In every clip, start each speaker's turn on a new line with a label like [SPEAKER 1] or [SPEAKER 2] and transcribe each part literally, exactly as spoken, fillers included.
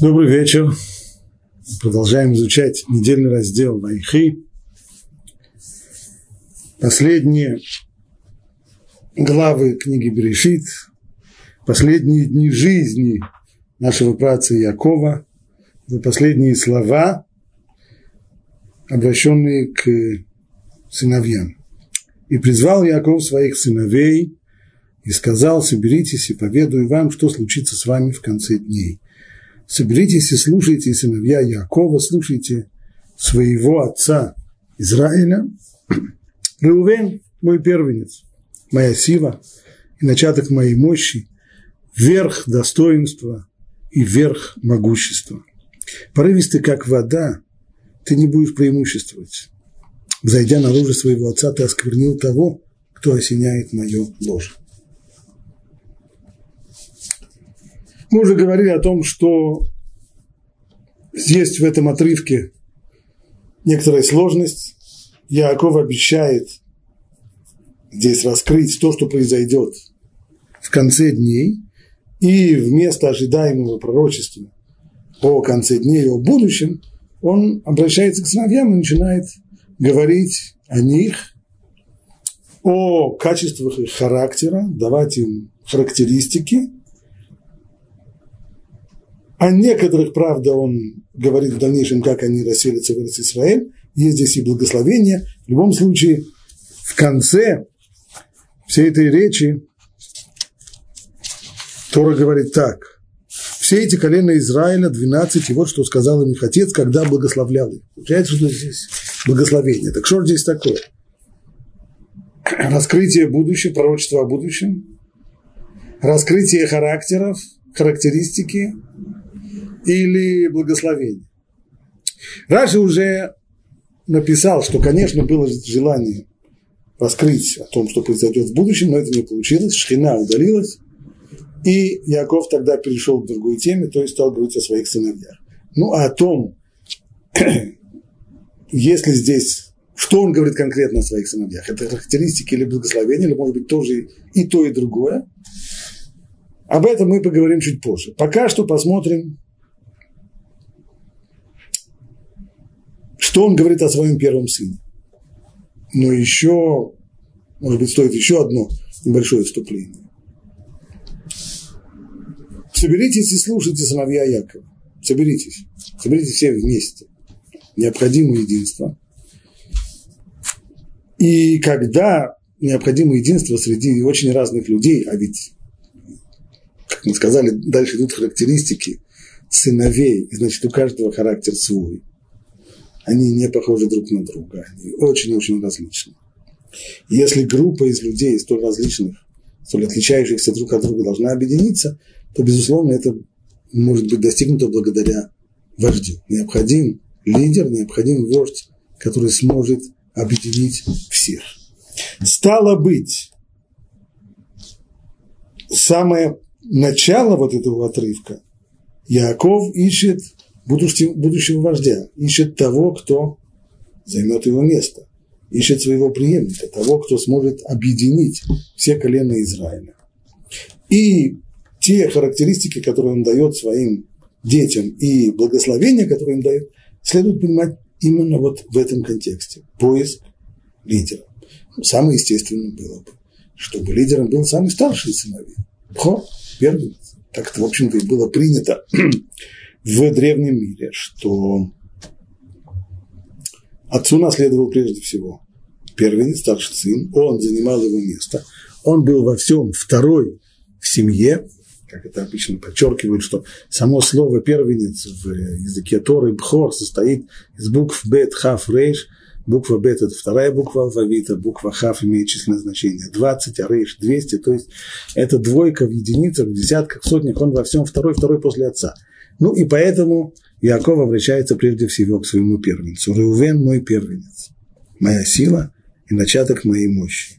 [SPEAKER 1] Добрый вечер. Продолжаем изучать недельный раздел Вайхи. Последние главы книги Берешит, последние дни жизни нашего праотца Яакова, последние слова, обращенные к сыновьям. «И призвал Яаков своих сыновей и сказал: соберитесь и поведаю вам, что случится с вами в конце дней. Соберитесь и слушайте, сыновья Яакова, слушайте своего отца Израиля. Реувен, мой первенец, моя сила и начаток моей мощи, верх достоинства и верх могущества. Порывистый, как вода, ты не будешь преимуществовать. Взойдя на ложе своего отца, ты осквернил того, кто осеняет мое ложе». Мы уже говорили о том, что есть в этом отрывке некоторая сложность. Яаков обещает здесь раскрыть то, что произойдет в конце дней, и вместо ожидаемого пророчества о конце дней и о будущем он обращается к сыновьям и начинает говорить о них, о качествах их характера, давать им характеристики. О некоторых, правда, он говорит в дальнейшем, как они расселятся в Эрец-Исраэль. Есть здесь и благословение. В любом случае, в конце всей этой речи Тора говорит так: все эти колена Израиля, двенадцать, и вот что сказал им их отец, когда благословлял их. Получается, что здесь благословение. Так что здесь такое? Раскрытие будущего, пророчество о будущем, раскрытие характеров, характеристики или благословение. Раши уже написал, что, конечно, было желание раскрыть о том, что произойдет в будущем, но это не получилось, Шхина удалилась, и Яаков тогда перешел к другой теме, то есть стал говорить о своих сыновьях. Ну, а о том, если здесь, что он говорит конкретно о своих сыновьях, это характеристики или благословения, или, может быть, тоже и то, и другое, об этом мы поговорим чуть позже. Пока что посмотрим, что он говорит о своем первом сыне. Но еще, может быть, стоит еще одно небольшое вступление. Соберитесь и слушайте, сыновья Яакова. Соберитесь. Соберитесь все вместе. Необходимо единство. И когда необходимо единство среди очень разных людей, а ведь, как мы сказали, дальше идут характеристики сыновей, и значит, у каждого характер свой. Они не похожи друг на друга, они очень-очень различны. Если группа из людей столь различных, столь отличающихся друг от друга должна объединиться, то, безусловно, это может быть достигнуто благодаря вождю. Необходим лидер, необходим вождь, который сможет объединить всех. Стало быть, самое начало вот этого отрывка Яаков ищет будущего вождя, ищет того, кто займет его место, ищет своего преемника, того, кто сможет объединить все колена Израиля. И те характеристики, которые он дает своим детям, и благословения, которые им дает, следует понимать именно вот в этом контексте. Поиск лидера. Самое естественное было бы, чтобы лидером был самый старший из сыновей. Бхор, первенец. Так это, в общем-то, и было принято в древнем мире, что отцу наследовал прежде всего первенец, старший сын, он занимал его место, он был во всем второй в семье, как это обычно подчеркивают, что само слово первенец в языке Торы бхор состоит из букв бет, хав, рейш. Буква бет – это вторая буква алфавита, буква хав имеет численное значение двадцать, а рейш – двести, то есть это двойка в единицах, в десятках, в сотнях, он во всем второй, второй после отца. Ну и поэтому Яаков обращается прежде всего к своему первенцу. Реувен – мой первенец, моя сила и начаток моей мощи.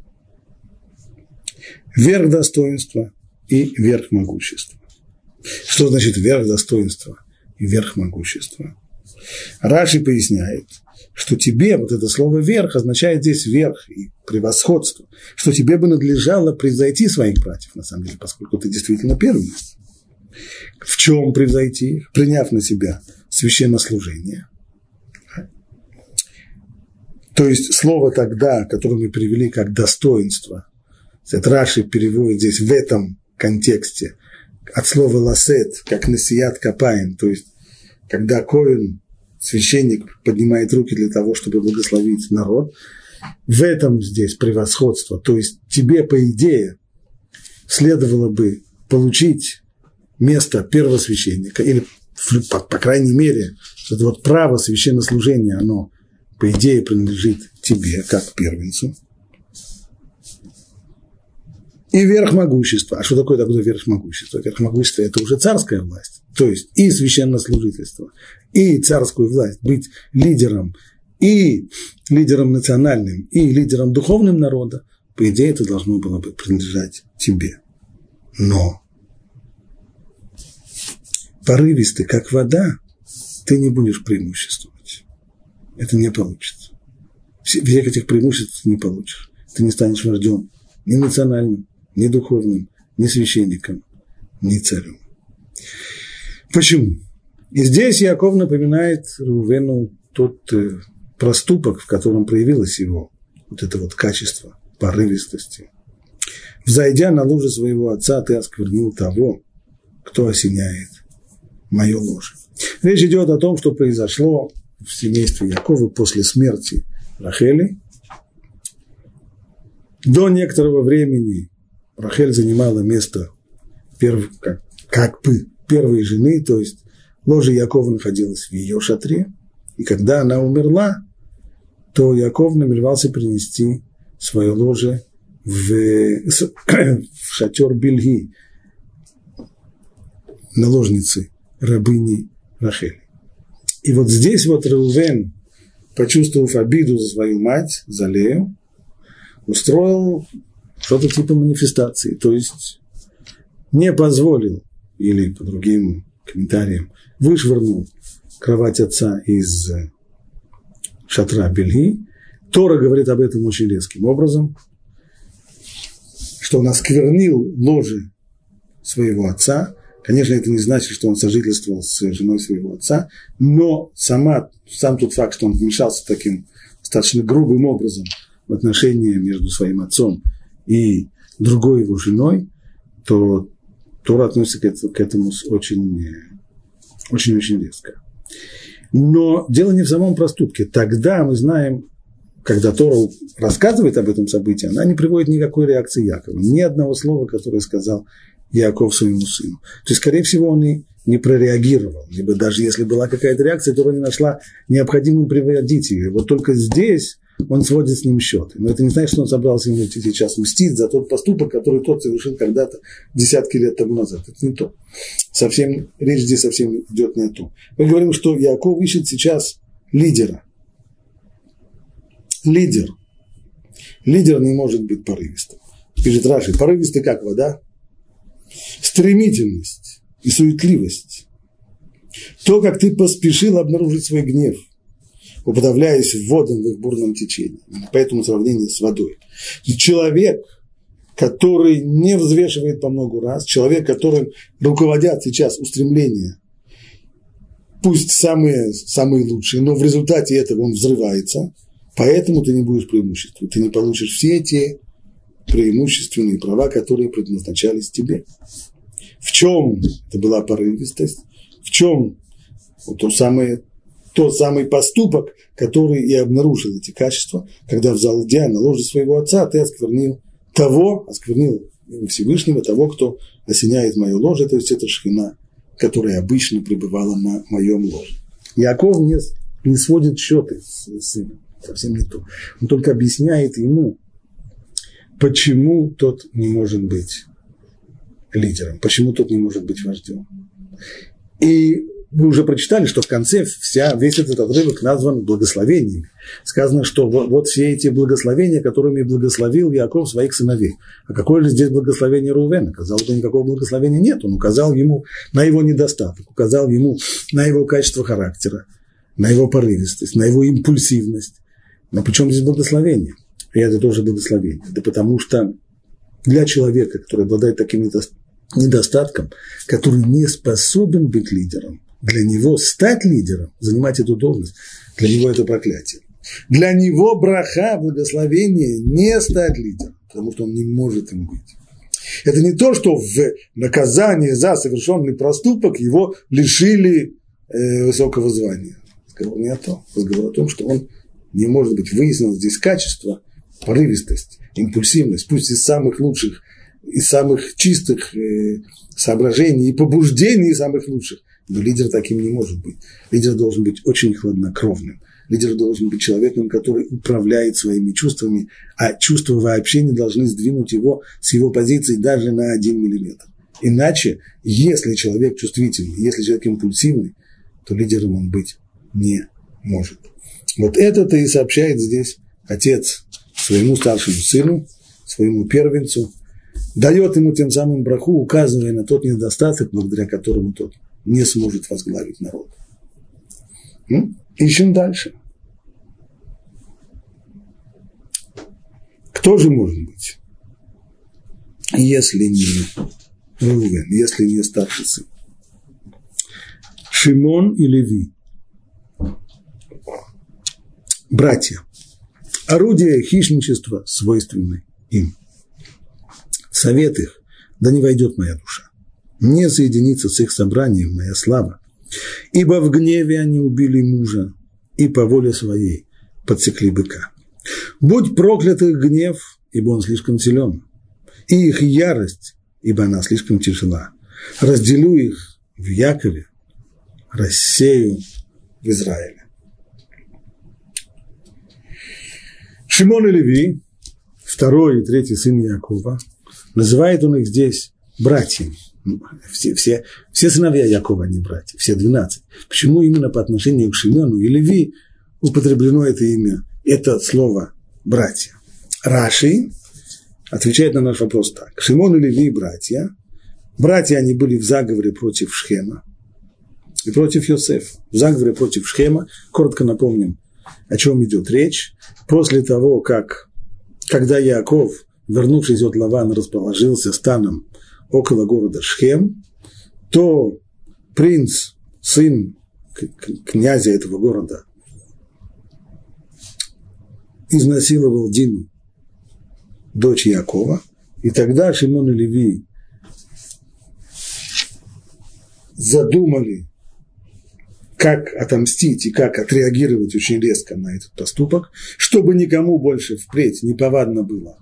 [SPEAKER 1] Верх достоинства и верх могущества. Что значит верх достоинства и верх могущества? Раши поясняет, что тебе, вот это слово «верх» означает здесь верх и превосходство, что тебе бы надлежало превзойти своих братьев, на самом деле, поскольку ты действительно первенец. В чем превзойти их? Приняв на себя священнослужение. То есть слово тогда, которое мы привели как достоинство, это Раши переводит здесь в этом контексте от слова ласет, как насият капаем, то есть когда коэн, священник, поднимает руки для того, чтобы благословить народ, в этом здесь превосходство. То есть тебе, по идее, следовало бы получить место первосвященника, или, по, по крайней мере, это вот право священнослужения, оно, по идее, принадлежит тебе, как первенцу. И верх могущества. А что такое такое верх могущества? Верх могущества – это уже царская власть. То есть и священнослужительство, и царскую власть, быть лидером, и лидером национальным, и лидером духовным народа, по идее, это должно было бы принадлежать тебе. Но порывистый, как вода, ты не будешь преимуществовать. Это не получится. Всех этих преимуществ ты не получишь. Ты не станешь вождем ни национальным, ни духовным, ни священником, ни царем. Почему? И здесь Яаков напоминает Реувену тот э, проступок, в котором проявилось его вот это вот качество порывистости. «Взойдя на ложе своего отца, ты осквернил того, кто осеняет мое ложе». Речь идет о том, что произошло в семействе Яакова после смерти Рахели. До некоторого времени Рахель занимала место перв, как, как бы первой жены, то есть ложе Яакова находилось в ее шатре, и когда она умерла, то Яаков намеревался принести свое ложе в, в шатер Бильги, наложницы рабыни Рахели. И вот здесь вот Реувен, почувствовав обиду за свою мать, за Лею, устроил что-то типа манифестации, то есть не позволил, или по другим комментариям, вышвырнул кровать отца из шатра Бельги. Тора говорит об этом очень резким образом, что он осквернил ложе своего отца. Конечно, это не значит, что он сожительствовал с женой своего отца, но сама, сам тот факт, что он вмешался таким достаточно грубым образом в отношения между своим отцом и другой его женой, то Тора относится к этому очень-очень резко. Но дело не в самом проступке. Тогда мы знаем, когда Тора рассказывает об этом событии, она не приводит никакой реакции Яакова. Ни одного слова, которое сказал Яаков своему сыну. То есть, скорее всего, он и не прореагировал. Либо даже если была какая-то реакция, Тора не нашла необходимым приводить ее. Вот только здесь он сводит с ним счеты. Но это не значит, что он собрался ему сейчас мстить за тот поступок, который тот совершил когда-то десятки лет тому назад. Это не то. Совсем, речь здесь совсем идет не о том. Мы говорим, что Яаков ищет сейчас лидера. Лидер. Лидер не может быть порывистым. Пишет Раши, порывистый как вода. Стремительность и суетливость. То, как ты поспешил обнаружить свой гнев, уподавляясь водам в их бурном течении. Поэтому сравнение с водой. Человек, который не взвешивает по много раз, человек, которым руководят сейчас устремления, пусть самые, самые лучшие, но в результате этого он взрывается, поэтому ты не будешь преимуществовать. Ты не получишь все те преимущественные права, которые предназначались тебе. В чем это была порывистость? В чем вот то самое, тот самый поступок, который и обнаружил эти качества, когда взойдя на ложе своего отца, ты осквернил того, осквернил Всевышнего, того, кто осеняет мое ложе, то есть это шхина, которая обычно пребывала на моем ложе. Яаков не, не сводит счеты с сыном, совсем не то. Он только объясняет ему, почему тот не может быть лидером, почему тот не может быть вождем. И вы уже прочитали, что в конце вся, весь этот отрывок назван благословениями. Сказано, что вот, вот все эти благословения, которыми благословил Яаков своих сыновей. А какое же здесь благословение Реувена? Казалось бы, никакого благословения нет. Он указал ему на его недостаток, указал ему на его качество характера, на его порывистость, на его импульсивность. Но при чем здесь благословение? И это тоже благословение. Да потому что для человека, который обладает таким недостатком, который не способен быть лидером. Для него стать лидером, занимать эту должность, для него это проклятие. Для него браха, благословение, не стать лидером, потому что он не может им быть. Это не то, что в наказании за совершенный проступок его лишили э, высокого звания. Разговор не о том. Разговор о том, что он не может быть. Выяснено здесь качество, порывистость, импульсивность, пусть из самых лучших, из самых чистых э, соображений и побуждений самых лучших. Но лидер таким не может быть. Лидер должен быть очень хладнокровным. Лидер должен быть человеком, который управляет своими чувствами, а чувства вообще не должны сдвинуть его с его позиции даже на один миллиметр. Иначе, если человек чувствительный, если человек импульсивный, то лидером он быть не может. Вот это-то и сообщает здесь отец своему старшему сыну, своему первенцу, дает ему тем самым браху, указывая на тот недостаток, благодаря которому тот не сможет возглавить народ. Ну, ищем дальше. Кто же может быть, если не Рувен, если не старший сын? Шимон и Леви. Братья. Орудие хищничества свойственны им. Совет их, да не войдет моя душа. Не соединится с их собранием моя слава. Ибо в гневе они убили мужа, и по воле своей подсекли быка. Будь проклят их гнев, ибо он слишком силен, и их ярость, ибо она слишком тяжела. Разделю их в Якове, рассею в Израиле. Шимон и Леви, второй и третий сын Якова, называет он их здесь братьями. Все, все, все сыновья Якова, они братья, все двенадцать. Почему именно по отношению к Шимону и Леви употреблено это имя, это слово «братья»? Раши отвечает на наш вопрос так. Шимон и Леви – братья. Братья они были в заговоре против Шхема и против Йосефа. В заговоре против Шхема, коротко напомним, о чем идет речь. После того, как, когда Яаков, вернувшись от Лавана, расположился станом около города Шхем, то принц, сын князя этого города, изнасиловал Дину, дочь Яакова, и тогда Шимон и Леви задумали, как отомстить и как отреагировать очень резко на этот поступок, чтобы никому больше впредь неповадно было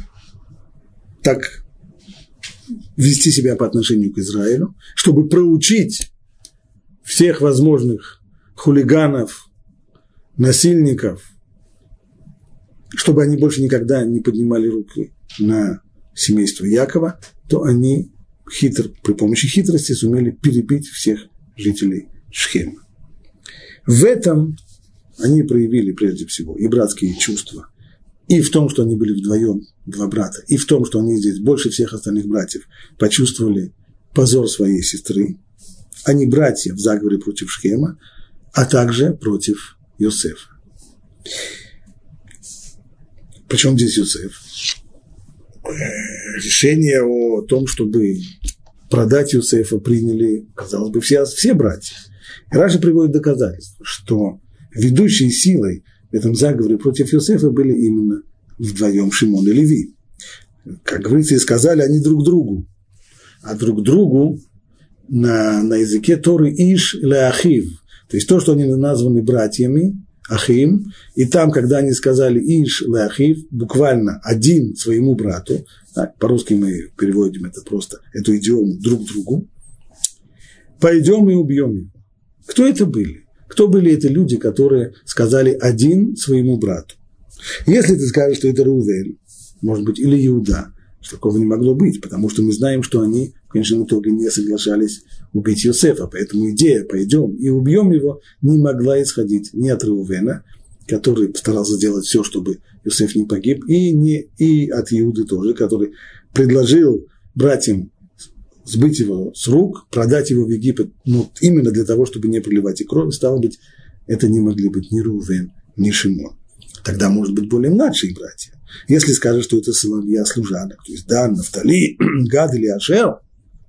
[SPEAKER 1] так вести себя по отношению к Израилю, чтобы проучить всех возможных хулиганов, насильников, чтобы они больше никогда не поднимали руки на семейство Якова, то они хитр, при помощи хитрости сумели перебить всех жителей Шхема. В этом они проявили прежде всего и братские чувства, и в том, что они были вдвоем, два брата, и в том, что они здесь больше всех остальных братьев почувствовали позор своей сестры. Они братья в заговоре против Шхема, а также против Йосефа. Причем здесь Йосеф? Решение о том, чтобы продать Йосефа, приняли, казалось бы, все, все братья. И Раши приводит доказательство, что ведущей силой в этом заговоре против Йосефа были именно вдвоем Шимон и Леви. Как говорится, и сказали они друг другу, а друг другу на, на языке Торы иш леахив, то есть то, что они названы братьями, ахим, и там, когда они сказали иш леахив, буквально один своему брату, так, по-русски мы переводим это просто, эту идиому друг другу, пойдем и убьем его. Кто это были? Кто были эти люди, которые сказали один своему брату? Если ты скажешь, что это Рувен, может быть, или Иуда, что такого не могло быть, потому что мы знаем, что они в конечном итоге не соглашались убить Йосефа, поэтому идея «пойдем и убьем его» не могла исходить ни от Рувена, который постарался сделать все, чтобы Йосеф не погиб, и, не, и от Иуды тоже, который предложил братьям сбыть его с рук, продать его в Египет, ну, именно для того, чтобы не проливать и кровь, стало быть, это не могли быть ни Рувен, ни Шимон. Тогда, может быть, более младшие братья. Если скажешь, что это сыновья служанок, то есть Дан, Нафтали, Гад или Ашер,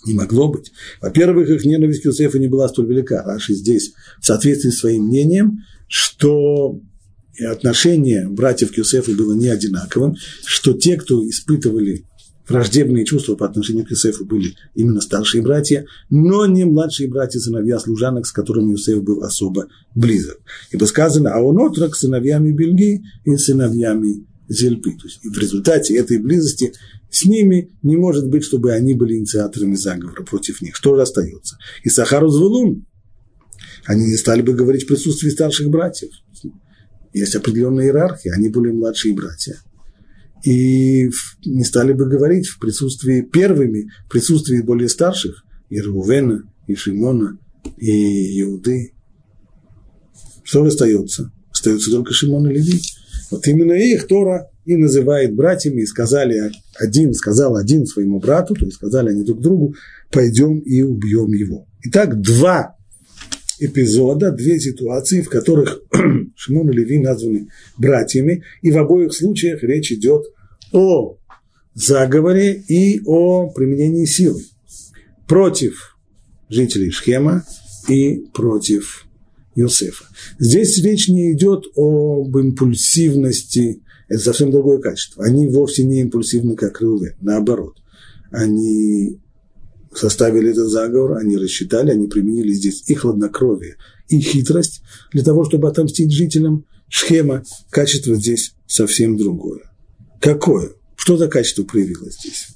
[SPEAKER 1] Не могло быть. Во-первых, их ненависть к Йосефу не была столь велика. Раши здесь в соответствии с своим мнением, что отношение братьев к Йосефу было не одинаковым, что те, кто испытывали враждебные чувства по отношению к Йосефу, были именно старшие братья, но не младшие братья, сыновья служанок, с которыми Йосеф был особо близок. Ибо сказано, а он отрок с сыновьями Бельги и сыновьями Зельпы. То есть и в результате этой близости с ними не может быть, чтобы они были инициаторами заговора против них. Что же остается? И Сахару Звулун, они не стали бы говорить в присутствии старших братьев. Есть определенная иерархия, они были младшие братья. И не стали бы говорить в присутствии первыми, в присутствии более старших, и Рувена, и Шимона, и Иуды. Что остается? Остается только Шимон и Леви. Вот именно их Тора и называет братьями, и сказали один, сказал один своему брату, то есть сказали они друг другу, пойдем и убьем его. Итак, два эпизода, две ситуации, в которых Шимон и Леви названы братьями, и в обоих случаях речь идет о заговоре и о применении силы против жителей Шхема и против Йосефа. Здесь речь не идет об импульсивности, это совсем другое качество. Они вовсе не импульсивны, как Реувен, наоборот. Они составили этот заговор, они рассчитали, они применили здесь и хладнокровие, и хитрость для того, чтобы отомстить жителям Шхема. Качество здесь совсем другое. Какое? Что за качество проявилось здесь?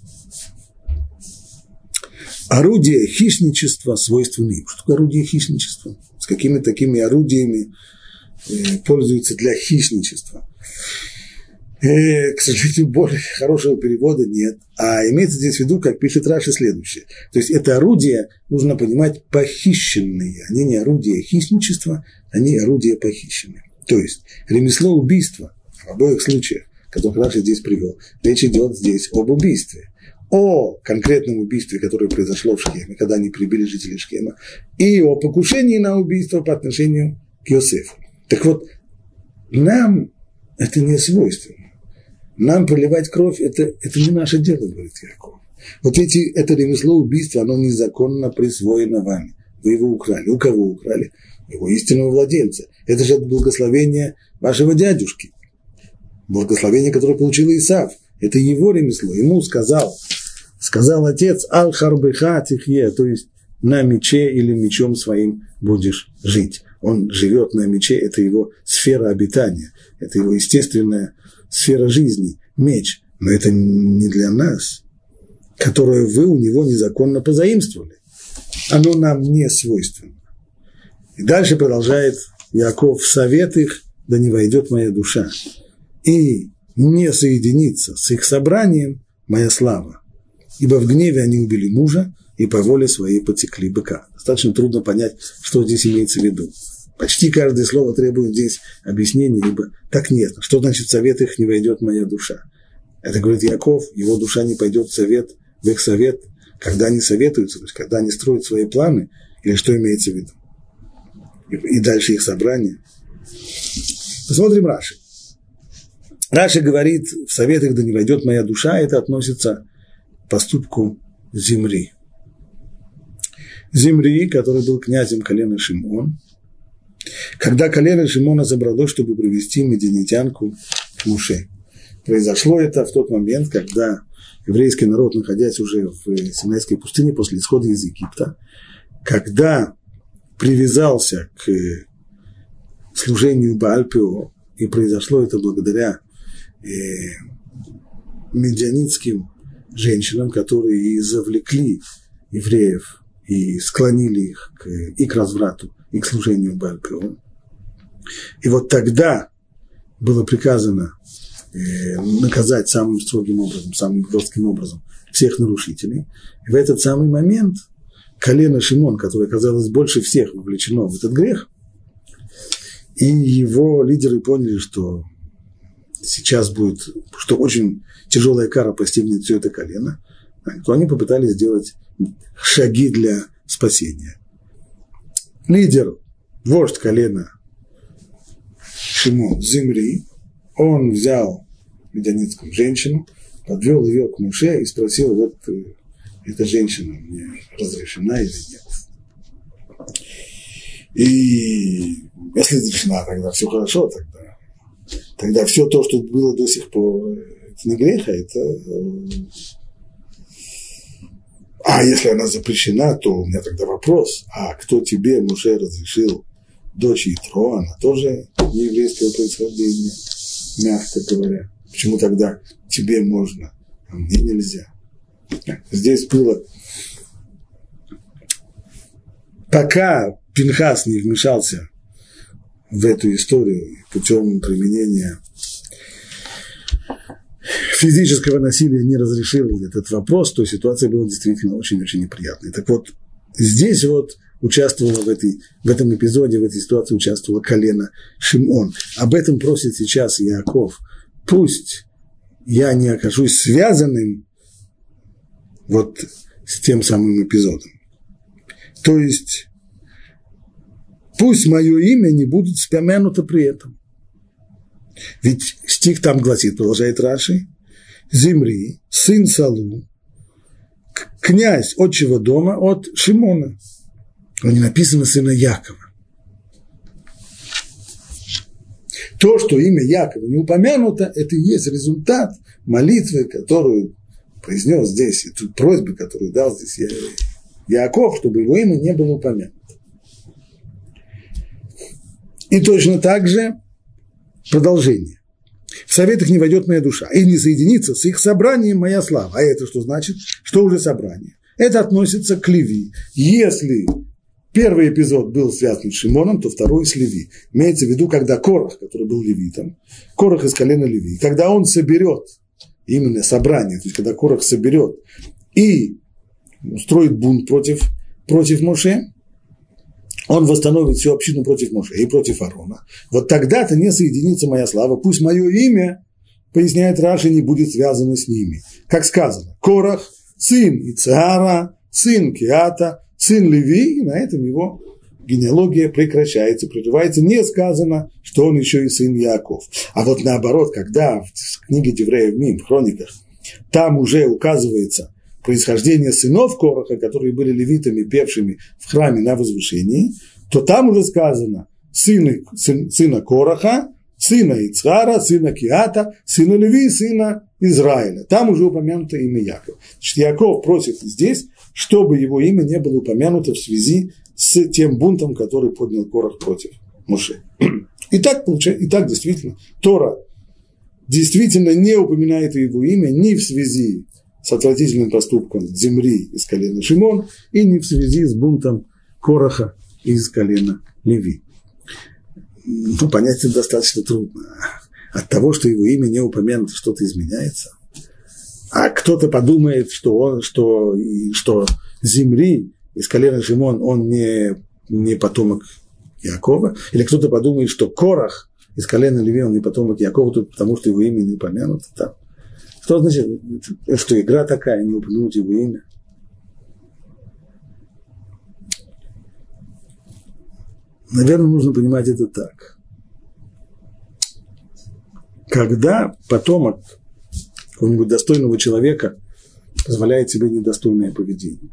[SPEAKER 1] Орудие хищничества свойственны им. Что такое орудие хищничества? С какими такими орудиями э, пользуются для хищничества? Э, к сожалению, более хорошего перевода нет. А имеется здесь в виду, как пишет Раши, следующее. То есть это орудия, нужно понимать, похищенные. Они не орудия хищничества, они орудия похищенные. То есть ремесло убийства в обоих случаях, которых Раши здесь привел, речь идет здесь об убийстве. О конкретном убийстве, которое произошло в Шхеме, когда они прибили жителей Шхема, и о покушении на убийство по отношению к Йосефу. Так вот, нам это не свойственно. Нам проливать кровь это, – это не наше дело, говорит Яков. Вот эти, это ремесло убийства, оно незаконно присвоено вами. Вы его украли. У кого украли? Его истинного владельца. Это же благословение вашего дядюшки. Благословение, которое получил Исав. Это его ремесло. Ему сказал, сказал отец, аль-харбеха тихье, то есть на мече или мечом своим будешь жить. Он живет на мече, это его сфера обитания, это его естественная сфера жизни, меч. Но это не для нас, которое вы у него незаконно позаимствовали. Оно нам не свойственно. И дальше продолжает Яков: в совет их да не войдет моя душа, и не соединится с их собранием моя слава, ибо в гневе они убили мужа, и по воле своей потекли быка. Достаточно трудно понять, что здесь имеется в виду. Почти каждое слово требует здесь объяснения, ибо так нет. Что значит в совет их не войдет моя душа? Это говорит Яков, его душа не пойдет в совет, в их совет, когда они советуются, то есть когда они строят свои планы, или что имеется в виду. И дальше их собрание. Посмотрим Раши. Раши говорит, в совет их да не войдет моя душа, это относится к поступку Зимри. Зимри, который был князем колена Шимон, когда колено Шимона собралось, чтобы привести медианитянку к Муше. Произошло это в тот момент, когда еврейский народ, находясь уже в Синайской пустыне после исхода из Египта, когда привязался к служению Бааль-Пеор, и произошло это благодаря э, медианитским женщинам, которые и завлекли евреев и склонили их к, и к разврату, и к служению Бааль-Пеор. И вот тогда было приказано э, наказать самым строгим образом, самым жестким образом всех нарушителей. И в этот самый момент колено Шимон, которое оказалось больше всех вовлечено в этот грех, и его лидеры поняли, что сейчас будет, что очень тяжелая кара постигнет все это колено, то они попытались сделать шаги для спасения. Лидер, вождь колена Шимон Зимри, он взял медианитскую женщину, подвел ее к Муше и спросил: вот эта женщина мне разрешена или нет. И если разрешена, тогда все хорошо, тогда, тогда все то, что было до сих пор, это не грех, а это... А если она запрещена, то у меня тогда вопрос, а кто тебе, Моше, разрешил дочь Итро, она тоже не еврейского происхождения, мягко говоря. Почему тогда тебе можно, а мне нельзя? Здесь было, пока Пинхас не вмешался в эту историю путем применения физического насилия, не разрешил этот вопрос, то ситуация была действительно очень-очень неприятной. Так вот, здесь вот участвовала в, этой, в этом эпизоде, в этой ситуации участвовала колено Шимон. Об этом просит сейчас Яаков. Пусть я не окажусь связанным вот с тем самым эпизодом. То есть, пусть мое имя не будет вспомянуто при этом. Ведь стих там гласит, продолжает Раши, Зимри, сын Салу, князь отчего дома от Шимона. Но не написано сына Якова. То, что имя Якова не упомянуто, это и есть результат молитвы, которую произнес здесь, и тут просьбы, которую дал здесь Яаков, чтобы его имя не было упомянуто. И точно так же продолжение. В советах не войдет моя душа, и не соединится с их собранием моя слава. А это что значит? Что уже собрание? Это относится к Леви. Если первый эпизод был связан с Шимоном, то второй с Леви. Имеется в виду, когда Корах, который был левитом, Корах из колена Леви, когда он соберет именно собрание, то есть когда Корах соберет и устроит бунт против, против Моше, он восстановит всю общину против Моше и против Аарона. Вот тогда-то не соединится моя слава. Пусть мое имя, поясняет Раши, не будет связано с ними. Как сказано, Корах, сын Ицхара, сын Киата, сын Леви, и на этом его генеалогия прекращается, прерывается. Не сказано, что он еще и сын Яаков. А вот наоборот, когда в книге Девреев Мим, в хрониках, там уже указывается происхождение сынов Кораха, которые были левитами, певшими в храме на возвышении, то там уже сказано сыны, сын, сына Кораха, сына Ицхара, сына Киата, сына Леви, сына Израиля. Там уже упомянуто имя Яков. Значит, Яков просит здесь, чтобы его имя не было упомянуто в связи с тем бунтом, который поднял Корах против Моше. И так, получается, и так действительно, Тора действительно не упоминает его имя ни в связи с отвратительным поступком Зимри из колена Шимон и не в связи с бунтом Кораха из колена Леви. Ну, понять это достаточно трудно. От того, что его имя не упомянуто, что-то изменяется. А кто-то подумает, что, он, что, что Зимри из колена Шимон, он не, не потомок Якова. Или кто-то подумает, что Корах из колена Леви, он не потомок Якова, потому что его имя не упомянуто там. Что значит, что игра такая, не упомянуть его имя? Наверное, нужно понимать это так. Когда потомок какого-нибудь достойного человека позволяет себе недостойное поведение.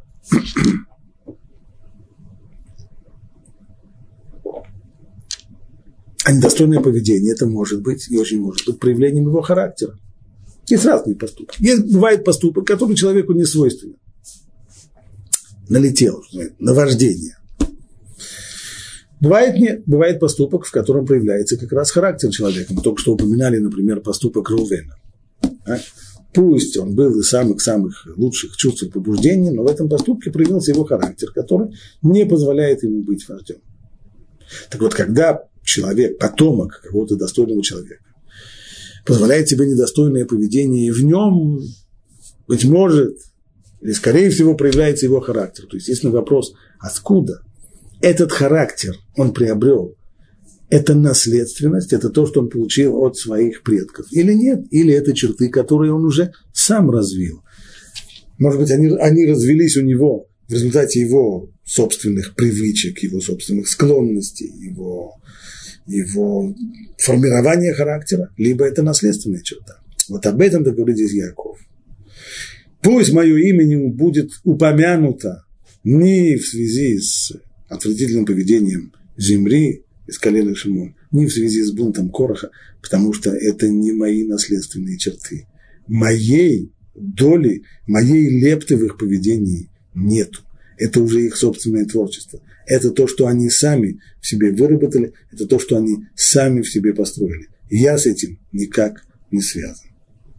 [SPEAKER 1] А недостойное поведение это может быть, и очень может быть, проявлением его характера. Есть разные поступки. Есть, бывает поступок, который человеку не свойственен. Налетел, наваждение. Бывает, нет, бывает поступок, в котором проявляется как раз характер человека. Мы только что упоминали, например, поступок Рувена. А? Пусть он был из самых-самых лучших чувств и побуждений, но в этом поступке проявился его характер, который не позволяет ему быть вождем. Так вот, когда человек, потомок какого-то достойного человека, позволяет себе недостойное поведение, и в нем, быть может, или скорее всего проявляется его характер. То есть, если вопрос, откуда этот характер он приобрел, это наследственность, это то, что он получил от своих предков, или нет, или это черты, которые он уже сам развил. Может быть, они, они развились у него в результате его собственных привычек, его собственных склонностей, его... его формирование характера, либо это наследственная черта. Вот об этом говорит здесь Яаков. Пусть мое имя не будет упомянуто ни в связи с отвратительным поведением Зимри из колена Шимон, ни в связи с бунтом Кораха, потому что это не мои наследственные черты. Моей доли, моей лепты в их поведении нету. Это уже их собственное творчество. Это то, что они сами в себе выработали, это то, что они сами в себе построили. И я с этим никак не связан.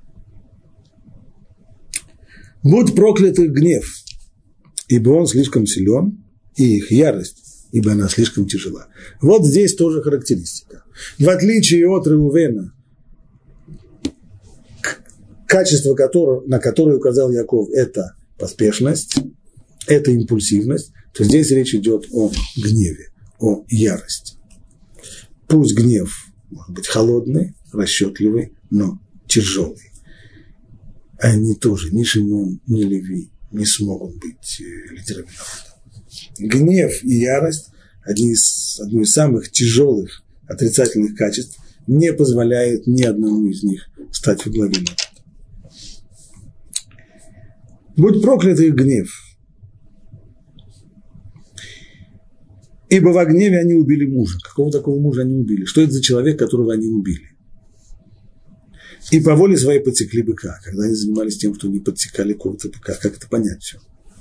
[SPEAKER 1] Будь проклят их гнев, ибо он слишком силен, и их ярость, ибо она слишком тяжела. Вот здесь тоже характеристика. В отличие от Реувена, качество, которое, на которое указал Яков, это поспешность, это импульсивность, то здесь речь идет о гневе, о ярости. Пусть гнев может быть холодный, расчетливый, но тяжелый. Они тоже, ни Шимон, ни Леви, не смогут быть лидерами народа. Гнев и ярость – одни из, одно из самых тяжелых отрицательных качеств, не позволяет ни одному из них стать во главе народа. Будь проклят их гнев, ибо во гневе они убили мужа. Какого такого мужа они убили? Что это за человек, которого они убили? И по воле своей подсекли быка, когда они занимались тем, что они подсекали кого-то быка. Как это понять все?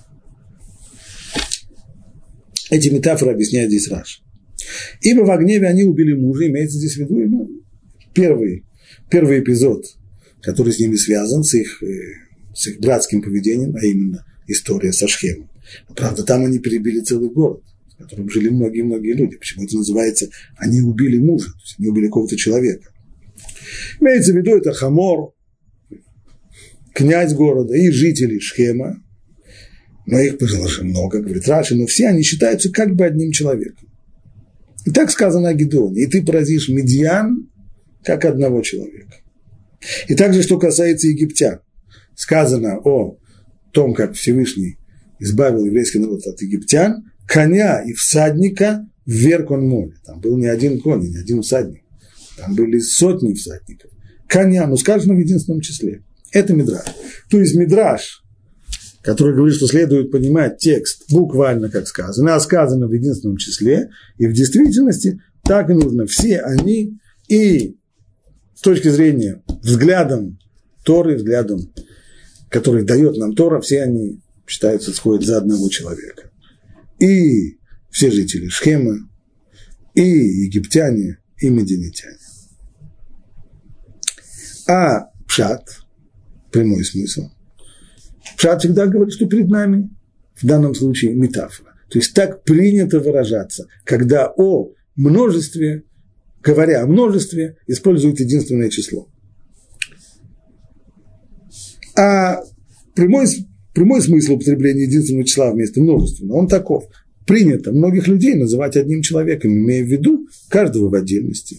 [SPEAKER 1] Эти метафоры объясняет здесь Раши. Ибо во гневе они убили мужа, имеется здесь в виду ну, первый, первый эпизод, который с ними связан, с их, с их братским поведением, а именно история со Шхемом. Правда, там они перебили целый город, в котором жили многие-многие люди. Почему это называется «они убили мужа», то есть они убили какого-то человека. Имеется в виду это Хамор, князь города и жители Шхема, но их было же много, говорит Раши, но все они считаются как бы одним человеком. И так сказано о Гидеоне, и ты поразишь Медьян как одного человека. И также, что касается египтян, сказано о том, как Всевышний избавил еврейский народ от египтян, коня и всадника вверх он море. Там был не один конь, не один всадник. Там были сотни всадников. Коня, но сказано в единственном числе. Это Мидраш. То есть Мидраш, который говорит, что следует понимать текст буквально, как сказано, а сказано в единственном числе, и в действительности так и нужно. Все они и с точки зрения взглядом Торы, взглядом, который дает нам Тора, все они считаются, сходят за одного человека. И все жители Шхема, и египтяне, и медианитяне. А пшат, прямой смысл, пшат всегда говорит, что перед нами, в данном случае, метафора. То есть так принято выражаться, когда о множестве, говоря о множестве, используют единственное число. А прямой, прямой смысл употребления единственного числа вместо множественного, он таков. Принято многих людей называть одним человеком, имея в виду каждого в отдельности.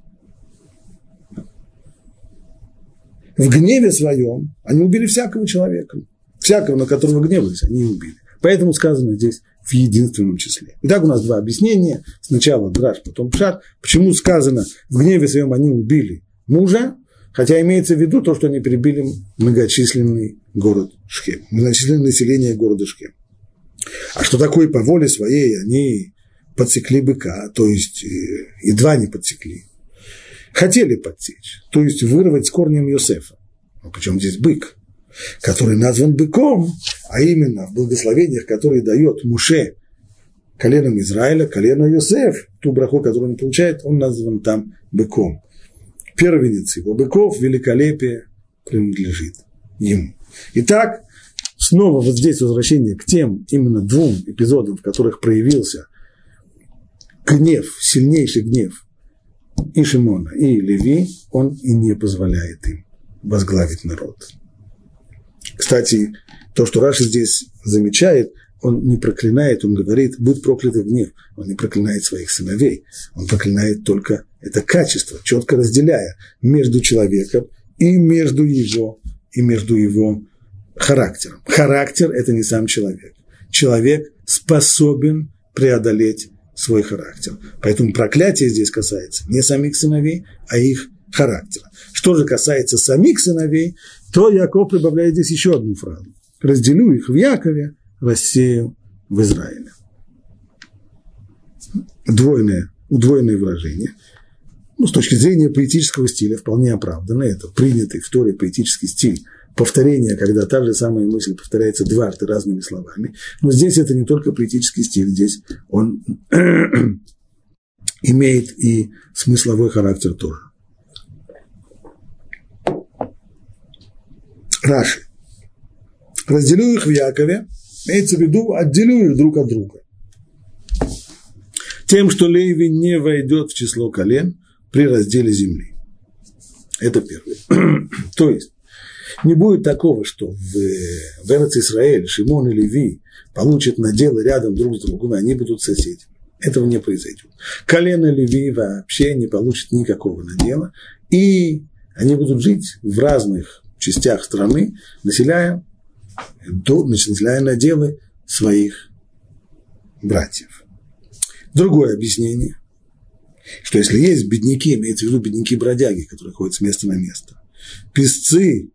[SPEAKER 1] В гневе своем они убили всякого человека. Всякого, на которого гневались, они убили. Поэтому сказано здесь в единственном числе. Итак, у нас два объяснения. Сначала драш, потом пшат. Почему сказано в гневе своем они убили мужа, хотя имеется в виду то, что они перебили многочисленный город Шхем, многочисленное население города Шхем. А что такое по воле своей они подсекли быка, то есть едва не подсекли. Хотели подсечь, то есть вырвать с корнем Йосефа. Ну, причем здесь бык, который назван быком, а именно в благословениях, которые дает Муше коленом Израиля, колено Йосеф, ту браху, которую он получает, он назван там быком. Первенец его быков, великолепие принадлежит ему. Итак, снова вот здесь возвращение к тем именно двум эпизодам, в которых проявился гнев, сильнейший гнев и Шимона, и Леви, он и не позволяет им возглавить народ. Кстати, то, что Раши здесь замечает, он не проклинает, он говорит, будь проклят их гнев. Он не проклинает своих сыновей, он проклинает только это качество, четко разделяя между человеком и между его, и между его характером. Характер – это не сам человек. Человек способен преодолеть свой характер. Поэтому проклятие здесь касается не самих сыновей, а их характера. Что же касается самих сыновей, то Яков прибавляет здесь еще одну фразу. Разделю их в Якове, рассею в Израиле. Двойное, удвоенное выражение. Ну, с точки зрения поэтического стиля вполне оправданно. Это принятый в Торе поэтический стиль повторения, когда та же самая мысль повторяется дважды разными словами. Но здесь это не только поэтический стиль, здесь он имеет и смысловой характер тоже. Раши. Разделю их в Якове, имеется в виду, отделю их друг от друга. Тем, что Леви не войдет в число колен при разделе земли. Это первое. То есть, не будет такого, что в, в Эрец-Исраэль Шимон и Леви получат наделы рядом друг с другом, и они будут соседями. Этого не произойдет. Колено Леви вообще не получит никакого надела, и они будут жить в разных частях страны, населяя, населяя наделы своих братьев. Другое объяснение, что если есть бедняки, имеется в виду бедняки-бродяги, которые ходят с места на место, песцы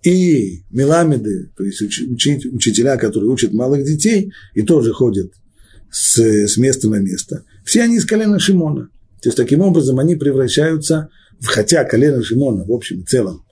[SPEAKER 1] и меламеды, то есть учить, учителя, которые учат малых детей и тоже ходят с, с места на место, все они из колена Шимона. То есть таким образом они превращаются, в, хотя колено Шимона в общем и целом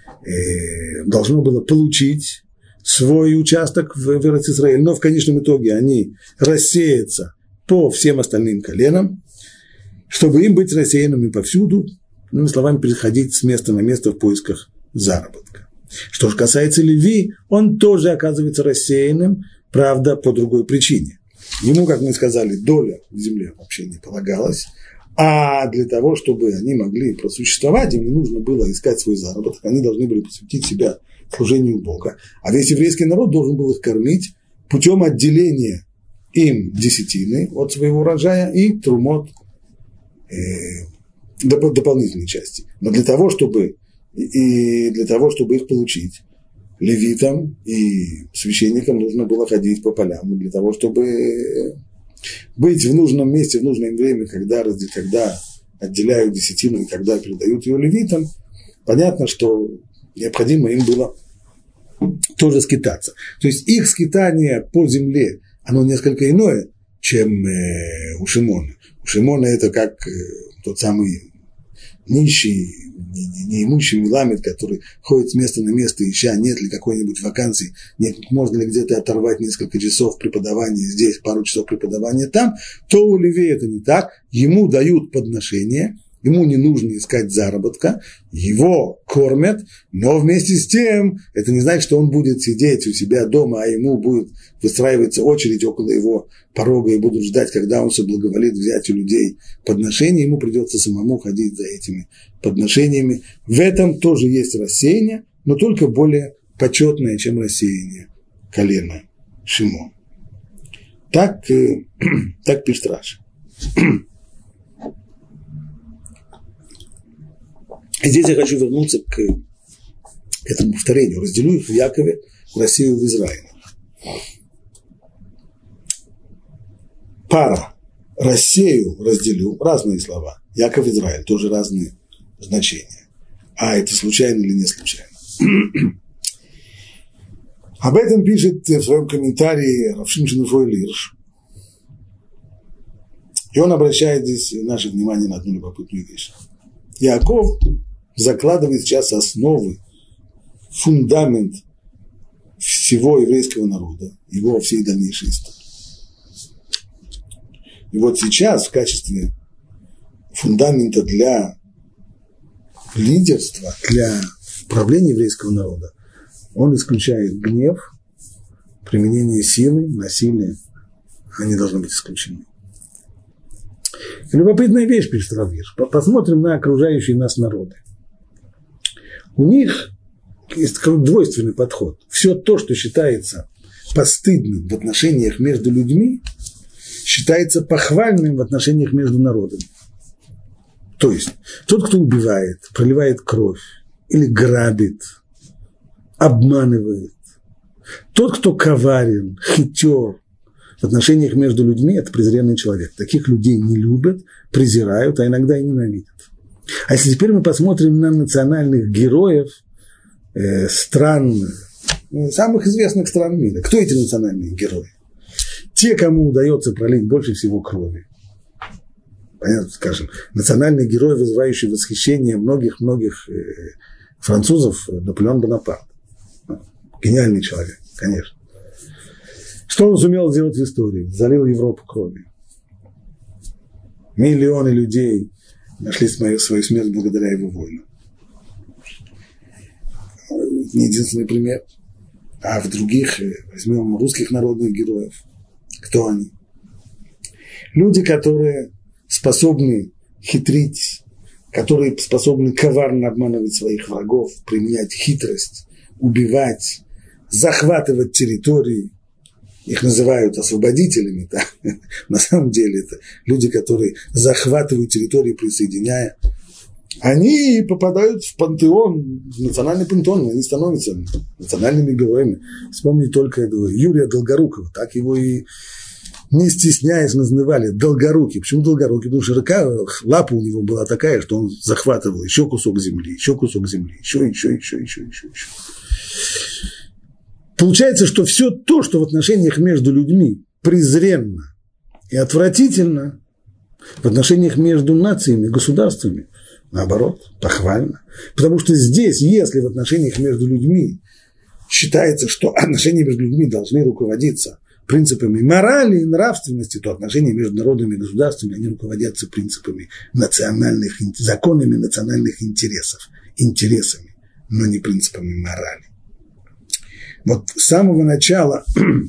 [SPEAKER 1] э, должно было получить свой участок в Эрец-Исраэль, но в конечном итоге они рассеются по всем остальным коленам, чтобы им быть рассеянными повсюду, иными словами, переходить с места на место в поисках заработка. Что же касается Леви, он тоже оказывается рассеянным, правда, по другой причине. Ему, как мы сказали, доля в земле вообще не полагалась, а для того, чтобы они могли просуществовать, им не нужно было искать свой заработок, они должны были посвятить себя служению Бога, а весь еврейский народ должен был их кормить путем отделения им десятины от своего урожая и трумот э, доп, дополнительной части. Но для того, чтобы, и для того, чтобы их получить, левитам и священникам нужно было ходить по полям. Для того, чтобы быть в нужном месте, в нужное время, когда, когда отделяют десятину и когда передают ее левитам, понятно, что необходимо им было тоже скитаться. То есть их скитание по земле, оно несколько иное, чем э, у Шимона. У Шимона это как э, тот самый нищий, неимущий меламед, который ходит с места на место, ища, нет ли какой-нибудь вакансии, нет, можно ли где-то оторвать несколько часов преподавания здесь, пару часов преподавания там, то у Леви это не так, ему дают подношение, ему не нужно искать заработка, его кормят, но вместе с тем это не значит, что он будет сидеть у себя дома, а ему будет выстраиваться очередь около его порога и будут ждать, когда он соблаговолит взять у людей подношения, ему придется самому ходить за этими подношениями. В этом тоже есть рассеяние, но только более почетное, чем рассеяние колена Шимон. Так, так пишет Раши. И здесь я хочу вернуться к, к этому повторению. Разделю их в Якове, рассею в Израиле. Пара. Рассею, разделю. Разные слова. Яков, Израиль. Тоже разные значения. А это случайно или не случайно? Об этом пишет в своем комментарии Рав Шимшон Рифуэль Лирш. И он обращает здесь наше внимание на одну любопытную вещь. Яков закладывает сейчас основы, фундамент всего еврейского народа, его всей дальнейшей истории. И вот сейчас в качестве фундамента для лидерства, для управления еврейского народа, он исключает гнев, применение силы, насилие, они должны быть исключены. Любопытная вещь, пишет Рав Гирш. Посмотрим на окружающие нас народы. У них есть двойственный подход. Все то, что считается постыдным в отношениях между людьми, считается похвальным в отношениях между народами. То есть, тот, кто убивает, проливает кровь, или грабит, обманывает, тот, кто коварен, хитер, в отношениях между людьми – это презренный человек. Таких людей не любят, презирают, а иногда и ненавидят. А если теперь мы посмотрим на национальных героев э, стран, э, самых известных стран мира, кто эти национальные герои? Те, кому удается пролить больше всего крови. Понятно, скажем, национальный герой, вызывающий восхищение многих-многих э, французов, Наполеон Бонапарт. Гениальный человек, конечно. Что он сумел сделать в истории? Залил Европу кровью. Миллионы людей нашли свою, свою смерть благодаря его войнам. Не единственный пример. А в других, возьмем русских народных героев. Кто они? Люди, которые способны хитрить, которые способны коварно обманывать своих врагов, применять хитрость, убивать, захватывать территории. Их называют освободителями. Да? На самом деле это люди, которые захватывают территории, присоединяя. Они попадают в пантеон, в национальный пантеон, они становятся национальными героями. Вспомни только этого Юрия Долгорукова, так его и не стесняясь называли Долгорукий. Почему Долгорукий? Потому что рука, лапа у него была такая, что он захватывал еще кусок земли, еще кусок земли, еще, еще, еще, еще, еще, еще. Получается, что все то, что в отношениях между людьми презренно и отвратительно, в отношениях между нациями, государствами, наоборот, похвально. Потому что здесь, если в отношениях между людьми считается, что отношения между людьми должны руководиться принципами морали и нравственности, то отношения между народами и государствами, они руководятся принципами национальных, законами национальных интересов, интересами, но не принципами морали. Вот с самого начала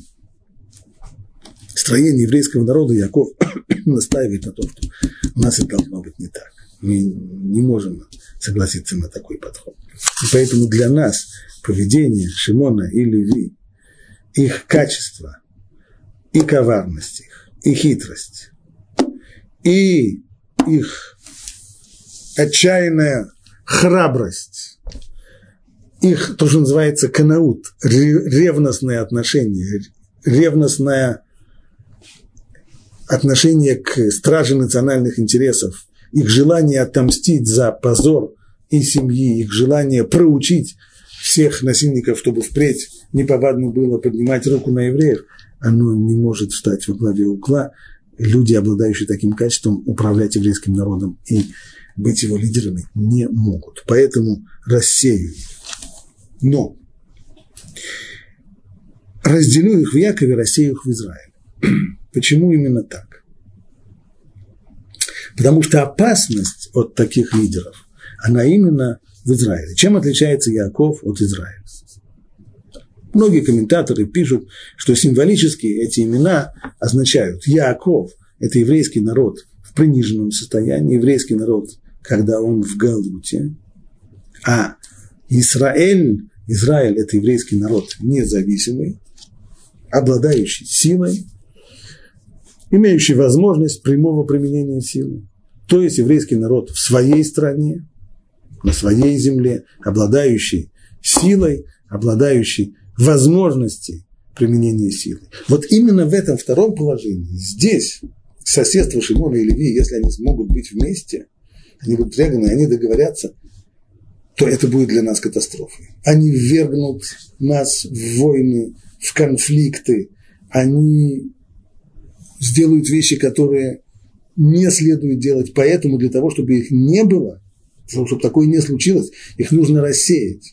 [SPEAKER 1] строения еврейского народа Яков настаивает на том, что у нас это должно быть не так. Мы не можем согласиться на такой подход. И поэтому для нас поведение Шимона и Леви, их качество, и коварность их, и хитрость, и их отчаянная храбрость, их, то, что называется, канаут, ревностное отношение, ревностное отношение к страже национальных интересов, их желание отомстить за позор и семьи, их желание проучить всех насильников, чтобы впредь неповадно было поднимать руку на евреев, оно не может встать во главе угла. Люди, обладающие таким качеством, управлять еврейским народом и быть его лидерами не могут. Поэтому рассею. Но разделю их в Якове, рассею их в Израиле. Почему именно так? Потому что опасность от таких лидеров, она именно в Израиле. Чем отличается Яков от Израиля? Многие комментаторы пишут, что символически эти имена означают Яков – это еврейский народ в приниженном состоянии, еврейский народ, когда он в Галуте, а Израиль, Израиль – это еврейский народ независимый, обладающий силой, имеющий возможность прямого применения силы. То есть еврейский народ в своей стране, на своей земле, обладающий силой, обладающий возможностью применения силы. Вот именно в этом втором положении, здесь, соседство Шимона и Леви, если они смогут быть вместе, они будут пряганы, они договорятся, то это будет для нас катастрофой. Они ввергнут нас в войны, в конфликты, они сделают вещи, которые не следует делать. Поэтому для того, чтобы их не было, для того, чтобы такое не случилось, их нужно рассеять.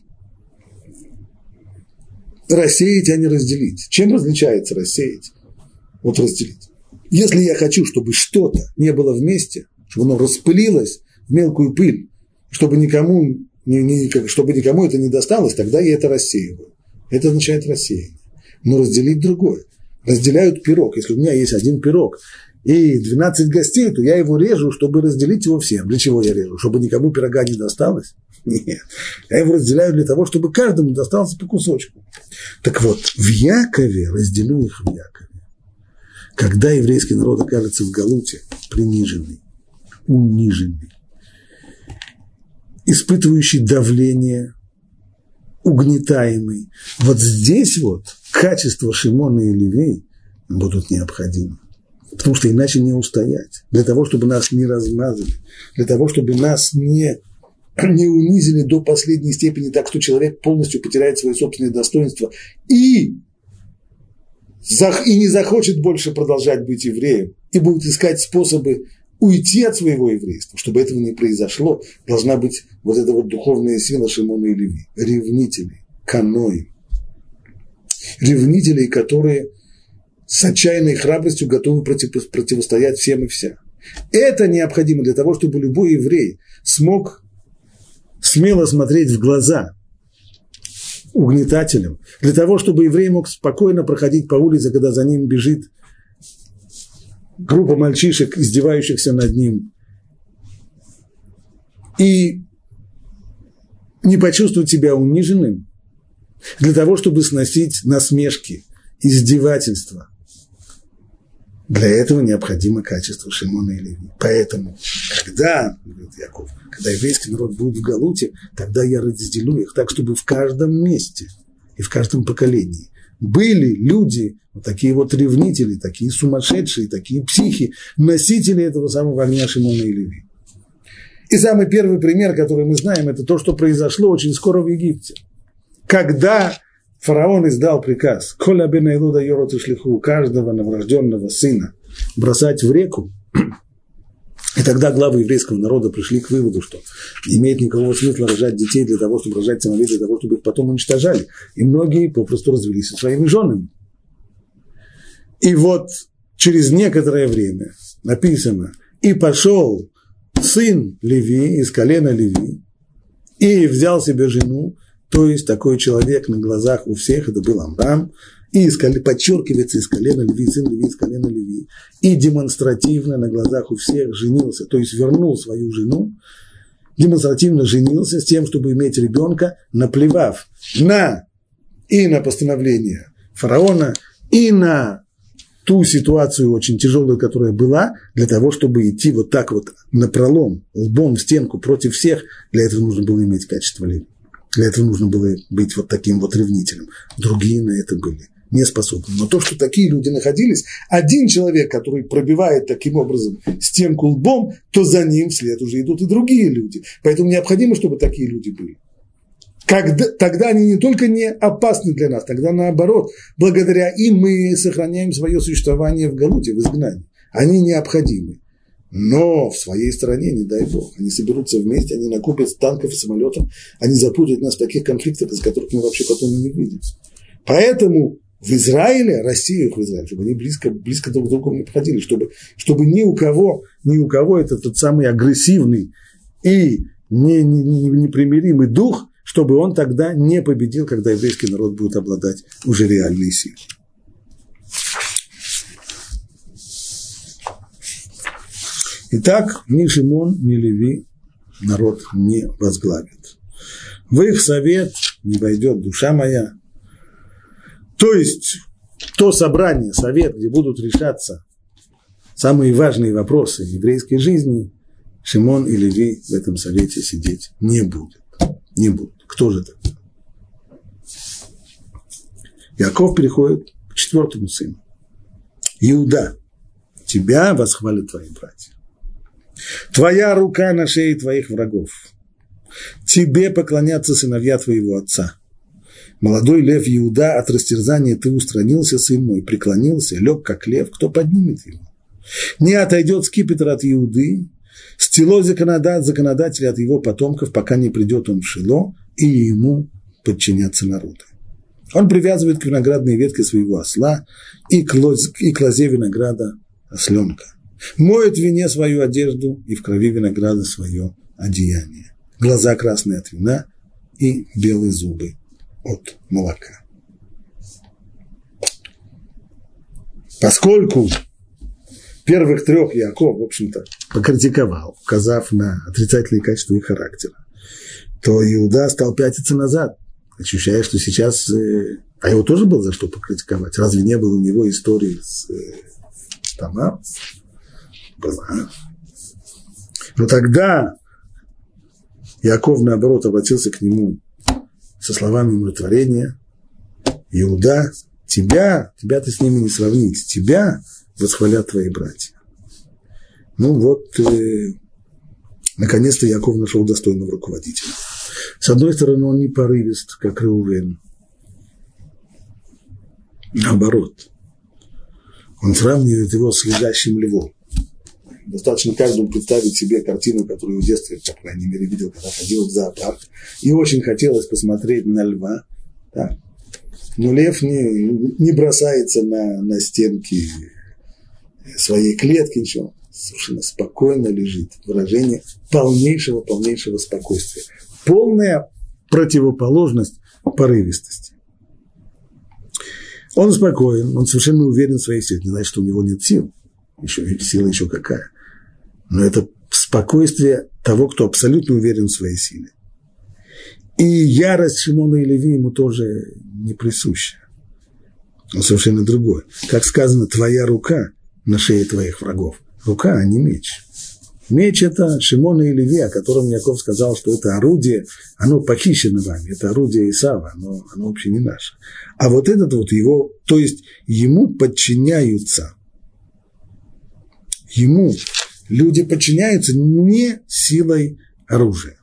[SPEAKER 1] Рассеять, а не разделить. Чем различается рассеять от разделить? Если я хочу, чтобы что-то не было вместе, чтобы оно распылилось в мелкую пыль, чтобы никому, не, не, чтобы никому это не досталось, тогда я это рассеиваю. Это означает рассеяние. Но разделить другое. Разделяют пирог. Если у меня есть один пирог и двенадцать гостей, то я его режу, чтобы разделить его всем. Для чего я режу? Чтобы никому пирога не досталось? Нет. Я его разделяю для того, чтобы каждому достался по кусочку. Так вот, в Якове, разделю их в Якове. Когда еврейский народ окажется в Галуте, приниженный, униженный, испытывающий давление, угнетаемый, вот здесь вот качества Шимона и Леви будут необходимы. Потому что иначе не устоять. Для того, чтобы нас не размазали, для того, чтобы нас не, не унизили до последней степени, так что человек полностью потеряет свое собственное достоинство и, и не захочет больше продолжать быть евреем, и будет искать способы уйти от своего еврейства. Чтобы этого не произошло, должна быть вот эта вот духовная сила Шимона и Леви. Ревнители, канои. Ревнителей, которые с отчаянной храбростью готовы против, противостоять всем и вся. Это необходимо для того, чтобы любой еврей смог смело смотреть в глаза угнетателям, для того, чтобы еврей мог спокойно проходить по улице, когда за ним бежит группа мальчишек, издевающихся над ним, и не почувствовать себя униженным, для того, чтобы сносить насмешки, издевательства. Для этого необходимо качество Шимона и Леви. Поэтому, когда, говорит Яков, когда еврейский народ будет в Галуте, тогда я разделю их так, чтобы в каждом месте и в каждом поколении были люди, вот такие вот ревнители, такие сумасшедшие, такие психи, носители этого самого огня Шимона и Леви. И самый первый пример, который мы знаем, это то, что произошло очень скоро в Египте. Когда фараон издал приказ «Коля бен Илуда йорот и шлиху» каждого новорожденного сына бросать в реку, и тогда главы еврейского народа пришли к выводу, что не имеет никакого смысла рожать детей для того, чтобы рожать сыновей, для того, чтобы их потом уничтожали. И многие попросту развелись со своими женами. И вот через некоторое время написано «И пошел сын Леви из колена Леви и взял себе жену». То есть такой человек на глазах у всех, это был Амрам, и из, подчеркивается из колена Леви, сын Леви из колена Леви, и демонстративно на глазах у всех женился, то есть вернул свою жену, демонстративно женился с тем, чтобы иметь ребенка, наплевав на и на постановление фараона, и на ту ситуацию очень тяжелую, которая была, для того, чтобы идти вот так вот напролом, лбом в стенку против всех, для этого нужно было иметь качество Леви. Для этого нужно было быть вот таким вот ревнителем. Другие на это были не способны. Но то, что такие люди находились, один человек, который пробивает таким образом стенку лбом, то за ним вслед уже идут и другие люди. Поэтому необходимо, чтобы такие люди были. Когда, тогда они не только не опасны для нас, тогда наоборот, благодаря им мы сохраняем свое существование в Галуте, в изгнании. Они необходимы. Но в своей стране, не дай бог, они соберутся вместе, они накупят танков и самолетов, они запутают нас в таких конфликтах, из которых мы вообще потом и не выйдем. Поэтому в Израиле, Россию их в Израиле, чтобы они близко, близко друг к другу не подходили, чтобы, чтобы ни у кого, ни у кого этот тот самый агрессивный и непримиримый дух, чтобы он тогда не победил, когда еврейский народ будет обладать уже реальной силой. Итак, ни Шимон, ни Леви народ не возглавит. В их совет не войдет душа моя. То есть, то собрание, совет, где будут решаться самые важные вопросы еврейской жизни, Шимон и Леви в этом совете сидеть не будут. Не будут. Кто же это? Яков переходит к четвертому сыну. Иуда, тебя восхвалят твои братья. Твоя рука на шее твоих врагов. Тебе поклонятся сыновья твоего отца. Молодой лев Иуда, от растерзания ты устранился, сын мой, преклонился, лег как лев, кто поднимет его? Не отойдет скипетр от Иуды, стело законодателя от его потомков, пока не придет он в Шило, и ему подчинятся народы. Он привязывает к виноградной ветке своего осла и к лозе винограда осленка. Моет в вине свою одежду и в крови винограда свое одеяние. Глаза красные от вина и белые зубы от молока. Поскольку первых трех Яков, в общем-то, покритиковал, указав на отрицательные качества их характера, то Иуда стал пятиться назад, ощущая, что сейчас... А его тоже было за что покритиковать. Разве не было у него истории с, с Тамар? Была. Но тогда Яков, наоборот, обратился к нему со словами умиротворения. Иуда, тебя, тебя ты с ними не сравнить. Тебя восхвалят твои братья. Ну вот, э, наконец-то Яков нашел достойного руководителя. С одной стороны, он не порывист, как Реувен. Наоборот, он сравнивает его с лежащим львом. Достаточно каждому представить себе картину, которую в детстве, по крайней мере, видел, когда ходил в зоопарк. И очень хотелось посмотреть на льва. Да. Но лев не, не бросается на, на стенки своей клетки, ничего. Совершенно спокойно лежит. Выражение полнейшего, полнейшего спокойствия. Полная противоположность порывистости. Он спокоен, он совершенно уверен в своей силе. Не значит, что у него нет сил. Еще, сила еще какая. Но это спокойствие того, кто абсолютно уверен в своей силе. И ярость Шимона и Леви ему тоже не присуща. Он совершенно другой. Как сказано, твоя рука на шее твоих врагов. Рука, а не меч. Меч – это Шимона и Леви, о котором Яков сказал, что это орудие, оно похищено вами, это орудие Исава, оно, оно вообще не наше. А вот этот вот его, то есть ему подчиняются. Ему люди подчиняются не силой оружия.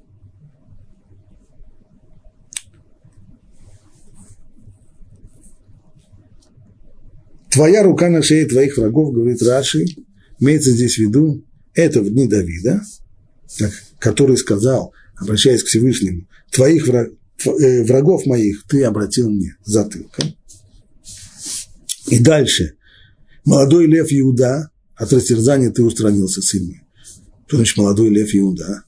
[SPEAKER 1] Твоя рука на шее твоих врагов, говорит Раши, имеется здесь в виду, это в дни Давида, который сказал, обращаясь к Всевышнему, твоих враг, врагов моих ты обратил мне затылком. И дальше, молодой лев Иуда, от растерзания ты устранился, сын мой. Что значит молодой лев Иуда?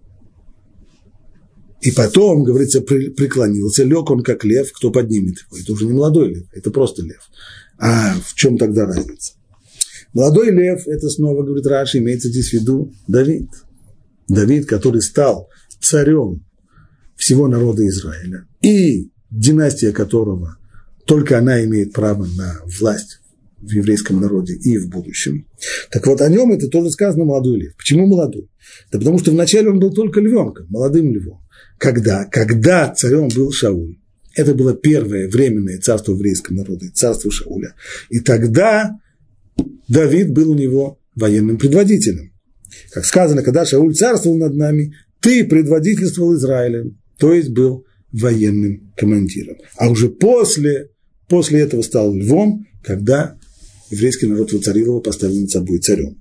[SPEAKER 1] И потом, говорится, преклонился, лег он как лев, кто поднимет его. Это уже не молодой лев, это просто лев. А в чем тогда разница? Молодой лев, это снова, говорит Раши, имеется здесь в виду Давид. Давид, который стал царем всего народа Израиля. И династия которого, только она имеет право на власть в еврейском народе и в будущем. Так вот, о нем это тоже сказано молодой лев. Почему молодой? Да потому что вначале он был только львенком, молодым львом. Когда? Когда царем был Шауль. Это было первое временное царство еврейского народа, царство Шауля. И тогда Давид был у него военным предводителем. Как сказано, когда Шауль царствовал над нами, ты предводительствовал Израилем, то есть был военным командиром. А уже после, после этого стал львом, когда еврейский народ воцарил его, поставил над собой царем.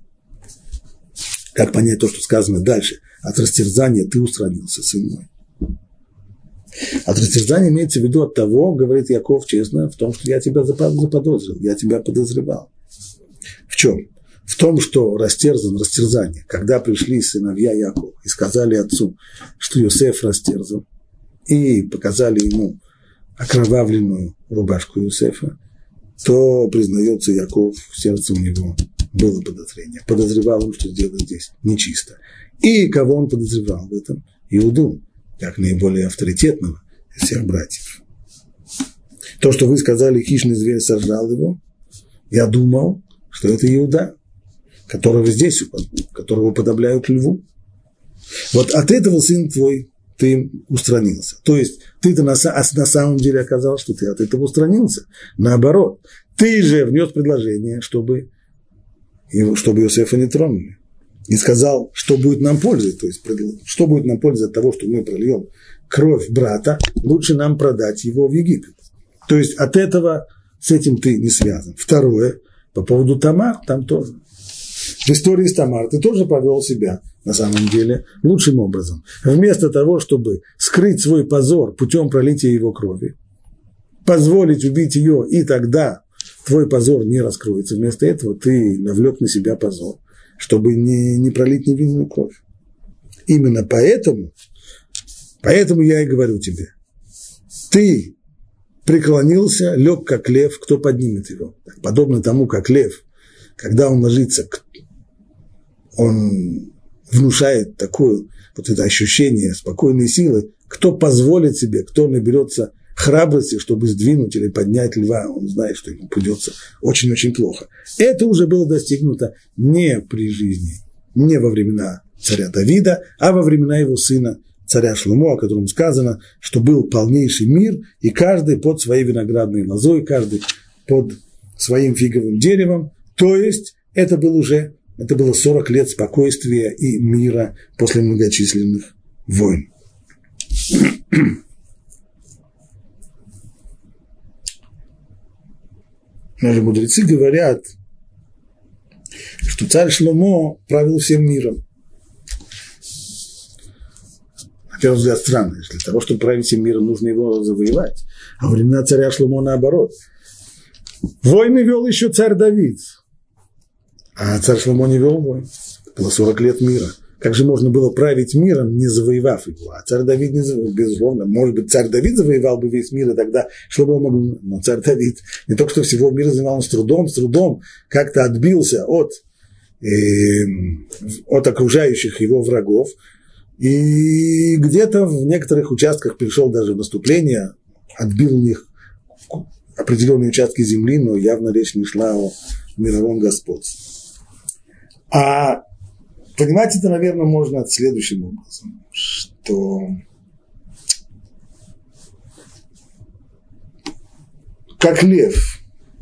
[SPEAKER 1] Как понять то, что сказано дальше? От растерзания ты устранился, сын мой. От растерзания имеется в виду от того, говорит Яков честно, в том, что я тебя заподозрил, я тебя подозревал. В чем? В том, что растерзан, растерзание, когда пришли сыновья Якова и сказали отцу, что Йосеф растерзан, и показали ему окровавленную рубашку Йосефа, то, признается Яков, в сердце у него было подозрение. Подозревал он, что сделано здесь нечисто. И кого он подозревал в этом? Иуду, как наиболее авторитетного из всех братьев. То, что вы сказали, хищный зверь сожрал его, я думал, что это Иуда, которого здесь, которого уподобляют льву. Вот от этого, сын твой, ты устранился. То есть, ты-то на, на самом деле оказалось, что ты от этого устранился. Наоборот, ты же внес предложение, чтобы, чтобы Йосефа не тронули. И сказал, что будет нам пользой, то есть, что будет нам пользой от того, что мы прольем кровь брата, лучше нам продать его в Египет. То есть, от этого, с этим ты не связан. Второе, по поводу Тамар, там тоже. В истории с Тамар ты тоже повел себя, на самом деле, лучшим образом. Вместо того, чтобы скрыть свой позор путем пролития его крови, позволить убить ее, и тогда твой позор не раскроется. Вместо этого ты навлек на себя позор, чтобы не, не пролить невинную кровь. Именно поэтому, поэтому я и говорю тебе, ты преклонился, лег как лев, кто поднимет его? Подобно тому, как лев, когда он ложится, он внушает такое вот это ощущение спокойной силы, кто позволит себе, кто наберется храбрости, чтобы сдвинуть или поднять льва, он знает, что ему придется очень-очень плохо. Это уже было достигнуто не при жизни, не во времена царя Давида, а во времена его сына, царя Шломо, о котором сказано, что был полнейший мир, и каждый под своей виноградной лозой, каждый под своим фиговым деревом, То есть это был уже, это было сорок лет спокойствия и мира после многочисленных войн. Наши мудрецы говорят, что царь Шломо правил всем миром. На первый взгляд странно, для того, чтобы править всем миром, нужно его завоевать. А во времена царя Шломо наоборот. Войны вел еще царь Давид, а царь Шломо не вел войн. Было сорок лет мира. Как же можно было править миром, не завоевав его? А царь Давид не завоевал, безусловно. Может быть, царь Давид завоевал бы весь мир, и тогда Шломо мог бы... Но царь Давид не только что всего мира завоевал, он с трудом, с трудом как-то отбился от, э, от окружающих его врагов. И где-то в некоторых участках пришел даже в наступление, отбил у них определенные участки земли, но явно речь не шла о мировом господстве. А понимать это, наверное, можно следующим образом, что как лев,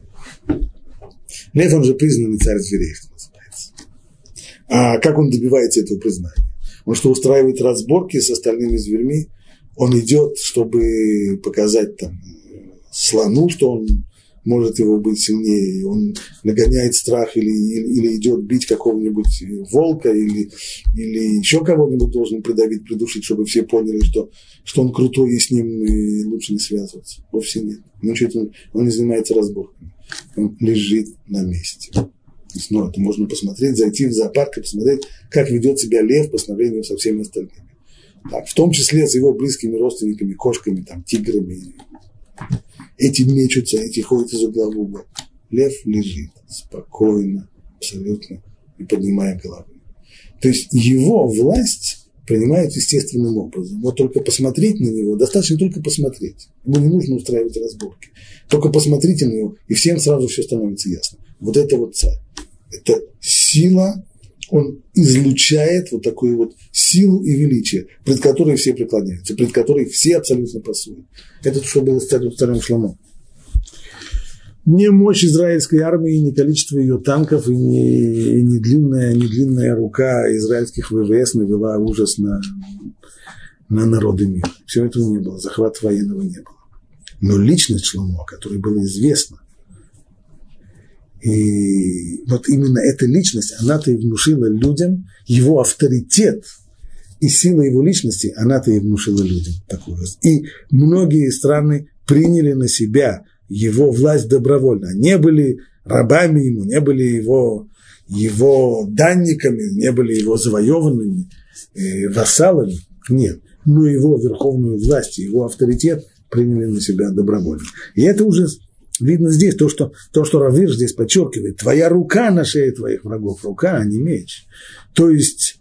[SPEAKER 1] лев, он же признанный царь зверей, что называется. А как он добивается этого признания? Он что, устраивает разборки с остальными зверьми, он идет, чтобы показать там слону, что он может его быть сильнее, он нагоняет страх или, или, или идет бить какого-нибудь волка, или, или еще кого-нибудь должен придавить, придушить, чтобы все поняли, что, что он крутой и с ним и лучше не связываться. Вовсе нет. Он, он не занимается разборками. Он лежит на месте. Ну, это можно посмотреть, зайти в зоопарк и посмотреть, как ведет себя лев по сравнению со всеми остальными. Так, в том числе с его близкими родственниками, кошками, там, тиграми. Эти мечутся, эти ходят из угла в угол. Лев лежит спокойно, абсолютно, не поднимая головы. То есть его власть принимает естественным образом. Вот только посмотреть на него, достаточно только посмотреть. Ему не нужно устраивать разборки. Только посмотрите на него, и всем сразу все становится ясно. Вот это вот царь. Это сила, он излучает вот такую вот силу и величие, пред которой все преклоняются, пред которой все абсолютно пасуют. Это то, что было с царем, царем Шломо. Не мощь израильской армии, не количество ее танков, и не, и не, длинная, не длинная рука израильских ВВС навела ужас на, на народы мира. Всего этого не было, захвата военного не было. Но личность Шломо, о которой было известно, и вот именно эта личность, она-то и внушила людям его авторитет, и сила его личности, она-то и внушила людям такую. И многие страны приняли на себя его власть добровольно. Не были рабами ему, не были его, его данниками, не были его завоеванными э, вассалами. Нет. Но его верховную власть, его авторитет приняли на себя добровольно. И это уже видно здесь, то, что, то, что Рав Ирш здесь подчеркивает. Твоя рука на шее твоих врагов. Рука, а не меч. То есть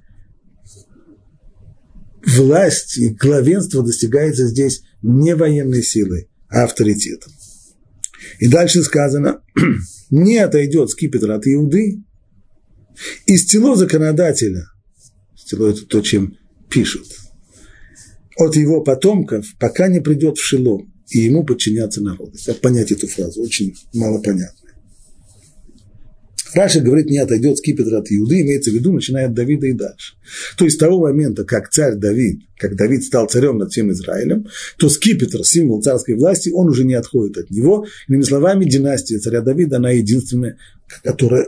[SPEAKER 1] власть и главенство достигается здесь не военной силой, а авторитетом. И дальше сказано, не отойдет скипетр от Иуды, и стело законодателя, стело это то, чем пишут, от его потомков, пока не придет в Шило, и ему подчинятся народы. Как понять эту фразу? Очень мало понятно. Раши говорит, не отойдет скипетр от Иуды, имеется в виду, начиная от Давида и дальше. То есть с того момента, как царь Давид, как Давид стал царем над всем Израилем, то скипетр, символ царской власти, он уже не отходит от него. Иными словами, династия царя Давида, она единственная, которая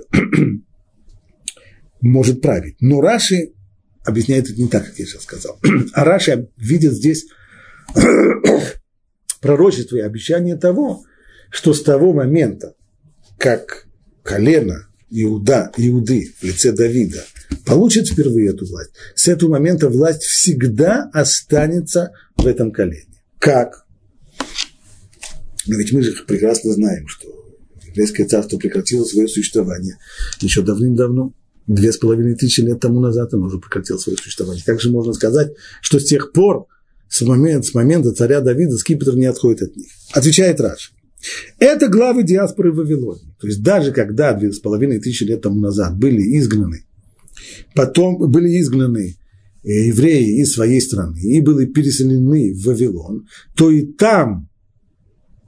[SPEAKER 1] может править. Но Раши объясняет это не так, как я сейчас сказал. А Раши видит здесь пророчество и обещание того, что с того момента, как колено Иуда, Иуды в лице Давида получит впервые эту власть, с этого момента власть всегда останется в этом колене. Как? Но ведь мы же прекрасно знаем, что еврейское царство прекратило свое существование еще давным-давно, две с половиной тысячи лет тому назад оно уже прекратило свое существование. Как же можно сказать, что с тех пор, с момента, с момента царя Давида, скипетр не отходит от них? Отвечает Раши. Это главы диаспоры в Вавилоне. То есть даже когда две с половиной тысячи лет тому назад были изгнаны, потом были изгнаны евреи из своей страны и были переселены в Вавилон, то и там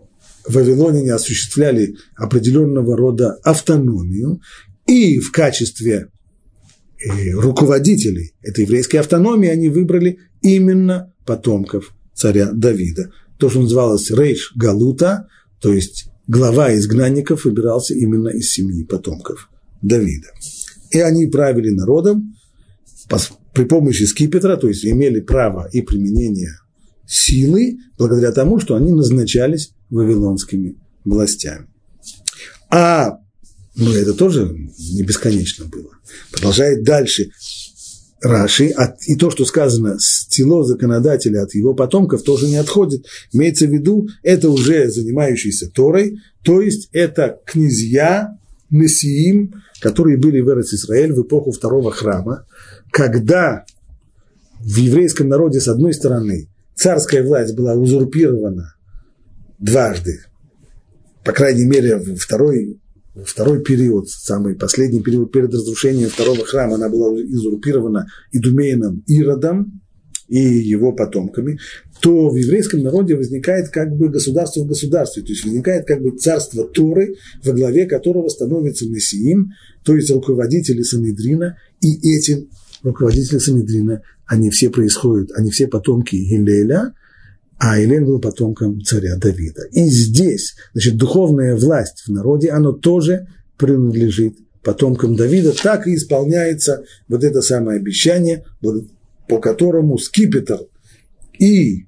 [SPEAKER 1] вавилоняне осуществляли определенного рода автономию, и в качестве э, руководителей этой еврейской автономии они выбрали именно потомков царя Давида. То, что называлось Рейш Галута, то есть глава изгнанников, выбирался именно из семьи потомков Давида. И они правили народом при помощи скипетра, то есть имели право и применение силы, благодаря тому, что они назначались вавилонскими властями. А, ну, это тоже не бесконечно было. Продолжает дальше Раши, от, и то, что сказано с тело законодателя от его потомков, тоже не отходит. Имеется в виду, это уже занимающиеся Торой, то есть это князья, мессиим, которые были в Эрец-Исраэль в эпоху второго храма, когда в еврейском народе, с одной стороны, царская власть была узурпирована дважды, по крайней мере, второй, второй период, самый последний период перед разрушением второго храма, она была узурпирована идумеином Иродом и его потомками, то в еврейском народе возникает как бы государство в государстве, то есть возникает как бы царство Торы, во главе которого становится мессиим, то есть руководители Санедрина, и эти руководители Санедрина, они все происходят, они все потомки Гилеля, а Илель был потомком царя Давида. И здесь, значит, духовная власть в народе, она тоже принадлежит потомкам Давида, так и исполняется вот это самое обещание, по которому скипетр и,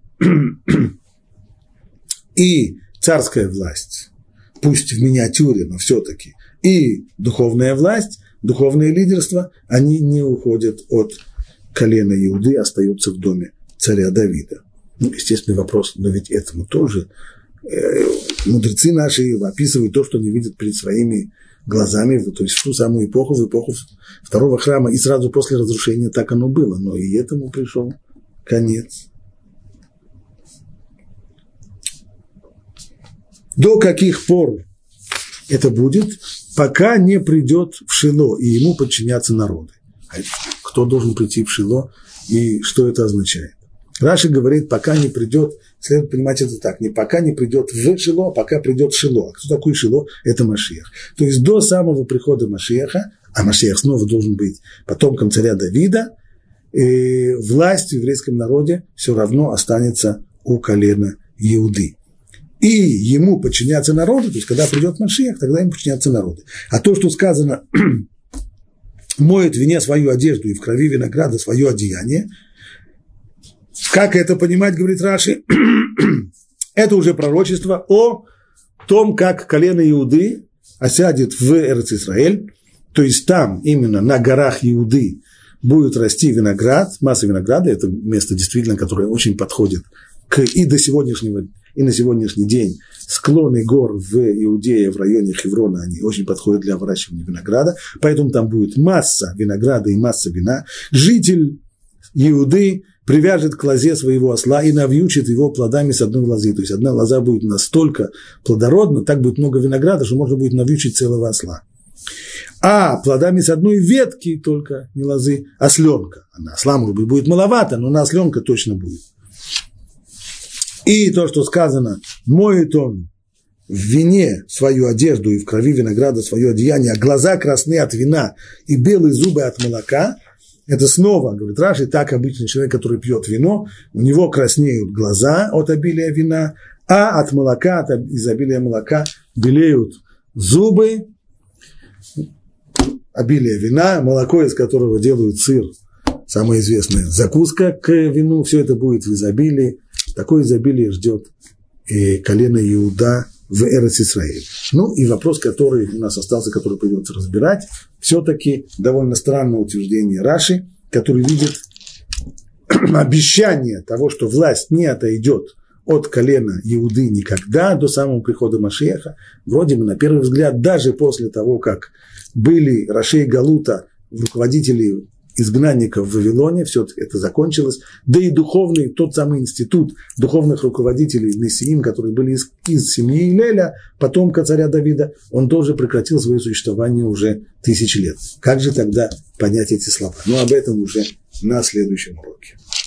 [SPEAKER 1] и царская власть, пусть в миниатюре, но все-таки, и духовная власть, духовное лидерство, они не уходят от колена Иуды, остаются в доме царя Давида. Ну, естественный вопрос, но ведь этому тоже э, мудрецы наши описывают то, что они видят перед своими глазами, то есть в ту самую эпоху, в эпоху второго храма, и сразу после разрушения так оно было, но и этому пришел конец. До каких пор это будет, пока не придет в Шило, и ему подчинятся народы. Кто должен прийти в Шило, и что это означает? Раши говорит, пока не придет, следует понимать это так, не пока не придет в Шило, а пока придет Шило. А кто такой Шило? Это Машиах. То есть до самого прихода Машиаха, а Машиах снова должен быть потомком царя Давида, и власть в еврейском народе все равно останется у колена Иуды. И ему подчинятся народы, то есть когда придет Машиах, тогда ему подчинятся народы. А то, что сказано, моет в вине свою одежду и в крови винограда свое одеяние, как это понимать, говорит Раши, это уже пророчество о том, как колено Иуды осядет в Эрец-Исраэль, то есть там, именно на горах Иуды, будет расти виноград, масса винограда, это место действительно, которое очень подходит к и до сегодняшнего, и на сегодняшний день склоны гор в Иудее, в районе Хеврона, они очень подходят для выращивания винограда, поэтому там будет масса винограда и масса вина. Житель Иуды привяжет к лозе своего осла и навьючит его плодами с одной лозы. То есть одна лоза будет настолько плодородна, так будет много винограда, что можно будет навьючить целого осла. А плодами с одной ветки только, не лозы, осленка. А на осла, может быть, будет маловато, но на осленка точно будет. И то, что сказано, моет он в вине свою одежду и в крови винограда свое одеяние, а глаза красны от вина и белые зубы от молока, это снова, говорит Раши, так обычный человек, который пьет вино, у него краснеют глаза от обилия вина, а от молока, от изобилия молока белеют зубы, обилие вина, молоко, из которого делают сыр, самая известная закуска к вину, все это будет в изобилии. Такое изобилие ждет и колено Иуда в Эрец-Исраэль. Ну и вопрос, который у нас остался, который придется разбирать, все-таки довольно странное утверждение Раши, который видит обещание того, что власть не отойдет от колена Иуды никогда до самого прихода Машиаха. Вроде бы, на первый взгляд, даже после того, как были Рашей Галута, руководители изгнанников в Вавилоне, все это закончилось, да и духовный, тот самый институт духовных руководителей Мессиим, которые были из, из семьи Илеля, потомка царя Давида, он тоже прекратил свое существование уже тысячи лет. Как же тогда понять эти слова? Ну, об этом уже на следующем уроке.